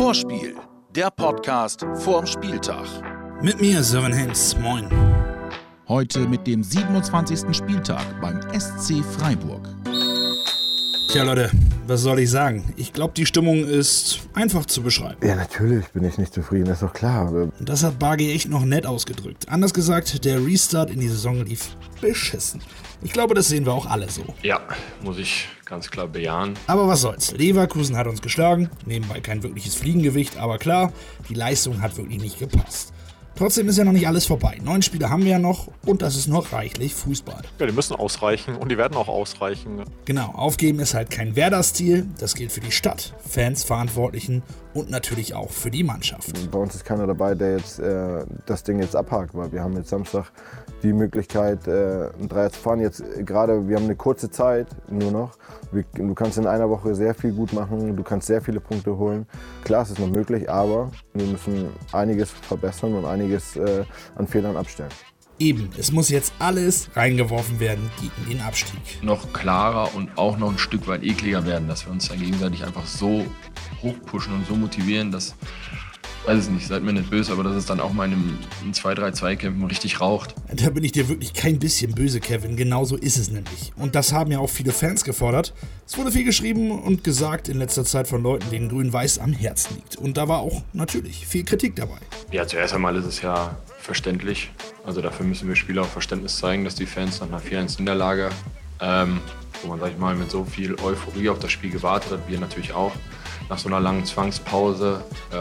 Vorspiel, der Podcast vorm Spieltag. Mit mir, Sören Helms, moin. Heute mit dem 27. Spieltag beim SC Freiburg. Tja Leute, was soll ich sagen? Ich glaube, die Stimmung ist einfach zu beschreiben. Ja, natürlich bin ich nicht zufrieden, ist doch klar. Und das hat Bargi echt noch nett ausgedrückt. Anders gesagt, der Restart in die Saison lief beschissen. Ich glaube, das sehen wir auch alle so. Ja, muss ich ganz klar bejahen. Aber was soll's, Leverkusen hat uns geschlagen, nebenbei kein wirkliches Fliegengewicht, aber klar, die Leistung hat wirklich nicht gepasst. Trotzdem ist ja noch nicht alles vorbei. 9 Spiele haben wir ja noch und das ist noch reichlich Fußball. Ja, die müssen ausreichen und die werden auch ausreichen. Genau, aufgeben ist halt kein Werder-Stil. Das gilt für die Stadt, Fans, Verantwortlichen und natürlich auch für die Mannschaft. Bei uns ist keiner dabei, der jetzt das Ding jetzt abhakt, weil wir haben jetzt Samstag die Möglichkeit, ein Dreier zu fahren. Jetzt gerade, wir haben eine kurze Zeit nur noch. Du kannst in einer Woche sehr viel gut machen, du kannst sehr viele Punkte holen. Klar, es ist noch möglich, aber wir müssen einiges verbessern und einiges an Fehlern abstellen. Eben, es muss jetzt alles reingeworfen werden gegen den Abstieg. Noch klarer und auch noch ein Stück weit ekliger werden, dass wir uns da gegenseitig einfach so hochpushen und so motivieren, dass, weiß es nicht, seid mir nicht böse, aber dass es dann auch mal in 2-3 Zweikämpfen richtig raucht. Da bin ich dir wirklich kein bisschen böse, Kevin. Genauso ist es nämlich. Und das haben ja auch viele Fans gefordert. Es wurde viel geschrieben und gesagt in letzter Zeit von Leuten, denen Grün-Weiß am Herzen liegt. Und da war auch natürlich viel Kritik dabei. Ja, zuerst einmal ist es ja verständlich. Also dafür müssen wir Spieler auch Verständnis zeigen, dass die Fans nach einer 4-1-Niederlage, wo man, sag ich mal, mit so viel Euphorie auf das Spiel gewartet hat, wir natürlich auch, nach so einer langen Zwangspause,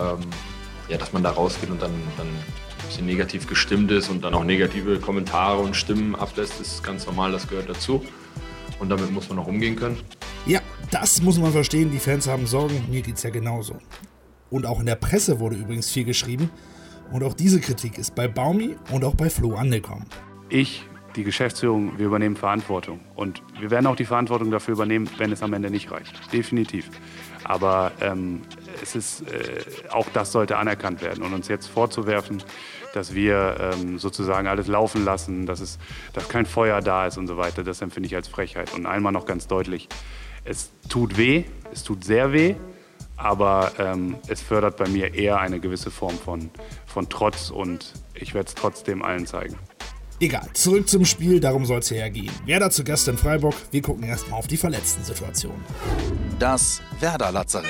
ja, dass man da rausgeht und dann ein bisschen negativ gestimmt ist und dann auch negative Kommentare und Stimmen ablässt, ist ganz normal, das gehört dazu. Und damit muss man auch umgehen können. Ja, das muss man verstehen. Die Fans haben Sorgen. Mir geht's ja genauso. Und auch in der Presse wurde übrigens viel geschrieben. Und auch diese Kritik ist bei Baumi und auch bei Flo angekommen. Ich, die Geschäftsführung, wir übernehmen Verantwortung. Und wir werden auch die Verantwortung dafür übernehmen, wenn es am Ende nicht reicht. Definitiv. Aber es ist, auch das sollte anerkannt werden. Und uns jetzt vorzuwerfen, dass wir sozusagen alles laufen lassen, dass kein Feuer da ist und so weiter, das empfinde ich als Frechheit. Und einmal noch ganz deutlich, es tut weh, es tut sehr weh. Aber es fördert bei mir eher eine gewisse Form von Trotz und ich werde es trotzdem allen zeigen. Egal, zurück zum Spiel, darum soll es ja gehen. Werder zu Gast in Freiburg, wir gucken erstmal auf die Verletzten-Situation. Das Werder-Lazarett.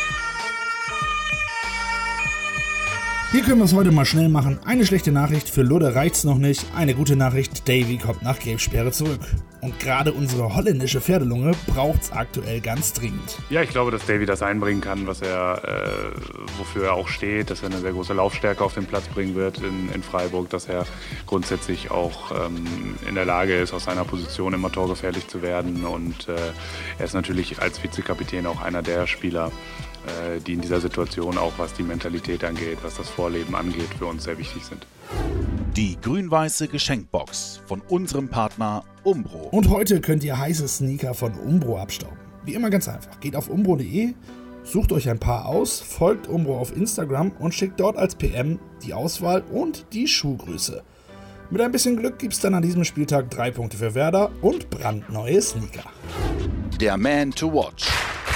Hier können wir es heute mal schnell machen. Eine schlechte Nachricht, für Ludde reicht's noch nicht. Eine gute Nachricht, Davy kommt nach Gelbsperre zurück. Und gerade unsere holländische Pferdelunge braucht's aktuell ganz dringend. Ja, ich glaube, dass Davy das einbringen kann, wofür er auch steht, dass er eine sehr große Laufstärke auf den Platz bringen wird in Freiburg, dass er grundsätzlich auch in der Lage ist, aus seiner Position immer torgefährlich zu werden. Und er ist natürlich als Vizekapitän auch einer der Spieler, die in dieser Situation auch, was die Mentalität angeht, was das Vorleben angeht, für uns sehr wichtig sind. Die grün-weiße Geschenkbox von unserem Partner Umbro. Und heute könnt ihr heiße Sneaker von Umbro abstauben. Wie immer ganz einfach. Geht auf umbro.de, sucht euch ein paar aus, folgt Umbro auf Instagram und schickt dort als PM die Auswahl und die Schuhgröße. Mit ein bisschen Glück gibt's dann an diesem Spieltag 3 Punkte für Werder und brandneue Sneaker. Der Man to Watch.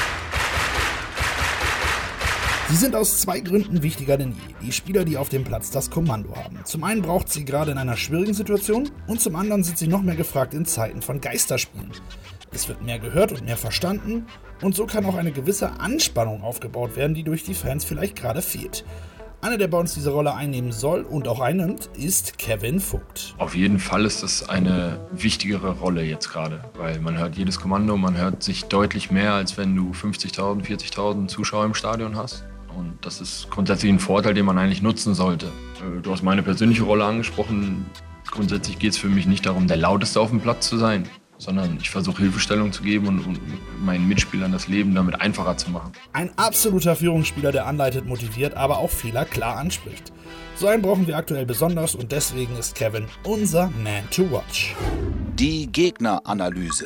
Sie sind aus 2 Gründen wichtiger denn je. Die Spieler, die auf dem Platz das Kommando haben. Zum einen braucht sie gerade in einer schwierigen Situation und zum anderen sind sie noch mehr gefragt in Zeiten von Geisterspielen. Es wird mehr gehört und mehr verstanden und so kann auch eine gewisse Anspannung aufgebaut werden, die durch die Fans vielleicht gerade fehlt. Einer, der bei uns diese Rolle einnehmen soll und auch einnimmt, ist Kevin Vogt. Auf jeden Fall ist das eine wichtigere Rolle jetzt gerade, weil man hört jedes Kommando, man hört sich deutlich mehr, als wenn du 50.000, 40.000 Zuschauer im Stadion hast. Und das ist grundsätzlich ein Vorteil, den man eigentlich nutzen sollte. Du hast meine persönliche Rolle angesprochen. Grundsätzlich geht es für mich nicht darum, der Lauteste auf dem Platz zu sein, sondern ich versuche Hilfestellung zu geben und meinen Mitspielern das Leben damit einfacher zu machen. Ein absoluter Führungsspieler, der anleitet, motiviert, aber auch Fehler klar anspricht. So einen brauchen wir aktuell besonders und deswegen ist Kevin unser Man to Watch. Die Gegneranalyse.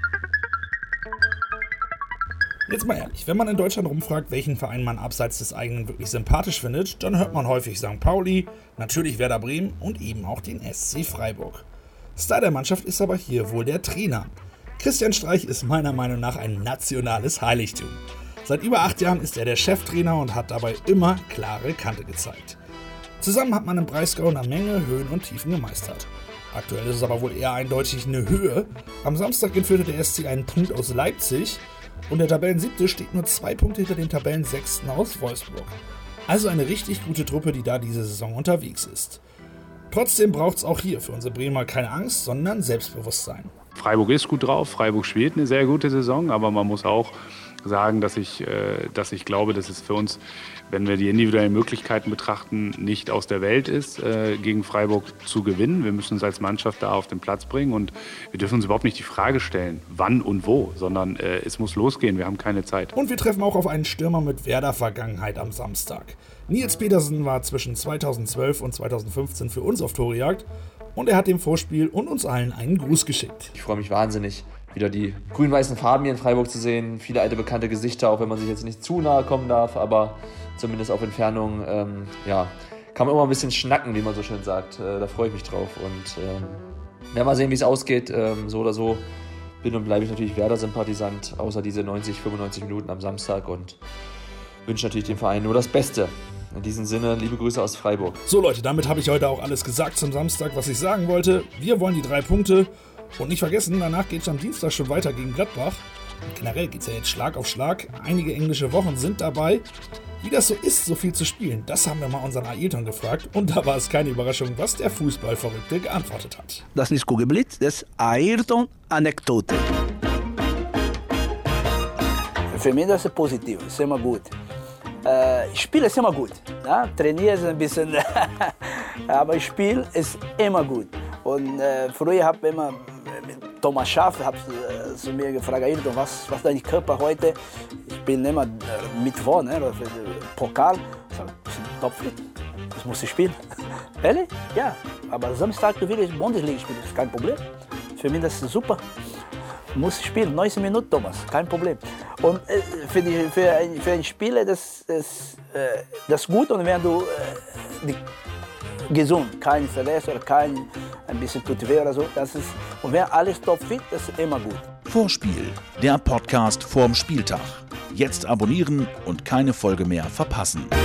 Jetzt mal ehrlich, wenn man in Deutschland rumfragt, welchen Verein man abseits des eigenen wirklich sympathisch findet, dann hört man häufig St. Pauli, natürlich Werder Bremen und eben auch den SC Freiburg. Star der Mannschaft ist aber hier wohl der Trainer. Christian Streich ist meiner Meinung nach ein nationales Heiligtum. Seit über 8 Jahren ist er der Cheftrainer und hat dabei immer klare Kante gezeigt. Zusammen hat man im Breisgau eine Menge Höhen und Tiefen gemeistert. Aktuell ist es aber wohl eher eindeutig eine Höhe. Am Samstag entführte der SC einen Punkt aus Leipzig und der Tabellen-7. steht nur 2 Punkte hinter dem Tabellen-6. aus Wolfsburg. Also eine richtig gute Truppe, die da diese Saison unterwegs ist. Trotzdem braucht es auch hier für unsere Bremer keine Angst, sondern Selbstbewusstsein. Freiburg ist gut drauf, Freiburg spielt eine sehr gute Saison, aber man muss auch sagen, dass ich glaube, dass es für uns, wenn wir die individuellen Möglichkeiten betrachten, nicht aus der Welt ist, gegen Freiburg zu gewinnen. Wir müssen uns als Mannschaft da auf den Platz bringen und wir dürfen uns überhaupt nicht die Frage stellen, wann und wo, sondern es muss losgehen, wir haben keine Zeit. Und wir treffen auch auf einen Stürmer mit Werder-Vergangenheit am Samstag. Nils Petersen war zwischen 2012 und 2015 für uns auf Torejagd und er hat dem Vorspiel und uns allen einen Gruß geschickt. Ich freue mich wahnsinnig, wieder die grün-weißen Farben hier in Freiburg zu sehen. Viele alte, bekannte Gesichter, auch wenn man sich jetzt nicht zu nahe kommen darf, aber zumindest auf Entfernung, kann man immer ein bisschen schnacken, wie man so schön sagt. Da freue ich mich drauf und werden mal sehen, wie es ausgeht. So oder so bin und bleibe ich natürlich Werder-Sympathisant, außer diese 90-95 Minuten am Samstag und wünsche natürlich dem Verein nur das Beste. In diesem Sinne, liebe Grüße aus Freiburg. So Leute, damit habe ich heute auch alles gesagt zum Samstag, was ich sagen wollte. Wir wollen die 3 Punkte. Und nicht vergessen, danach geht es am Dienstag schon weiter gegen Gladbach. Und generell geht es ja jetzt Schlag auf Schlag. Einige englische Wochen sind dabei. Wie das so ist, so viel zu spielen, das haben wir mal unseren Ailton gefragt. Und da war es keine Überraschung, was der Fußballverrückte geantwortet hat. Das ist nicht Kugelblitz, das ist Ailton-Anekdote. Für mich das ist positiv, ist immer gut. Spiel ist immer gut. Ja? Trainieren ist ein bisschen, aber Spiel ist immer gut. Und früher habe ich immer mit Thomas Schaaf zu mir gefragt, Ailton, was ist dein Körper heute? Ich bin immer Mittwoch, ne, Pokal. Ich sage, topfit, das muss ich spielen. Ehrlich? Ja, aber Samstag will ich Bundesliga spielen, das ist kein Problem. Für mich das ist super. Muss ich spielen, 90 Minuten, Thomas, kein Problem. Und für einen Spieler das ist gut und wenn du gesund, kein Verletzung oder kein ein bisschen tut weh oder so, das ist, und wenn alles topfit, das ist immer gut. Vorspiel, der Podcast vorm Spieltag. Jetzt abonnieren und keine Folge mehr verpassen.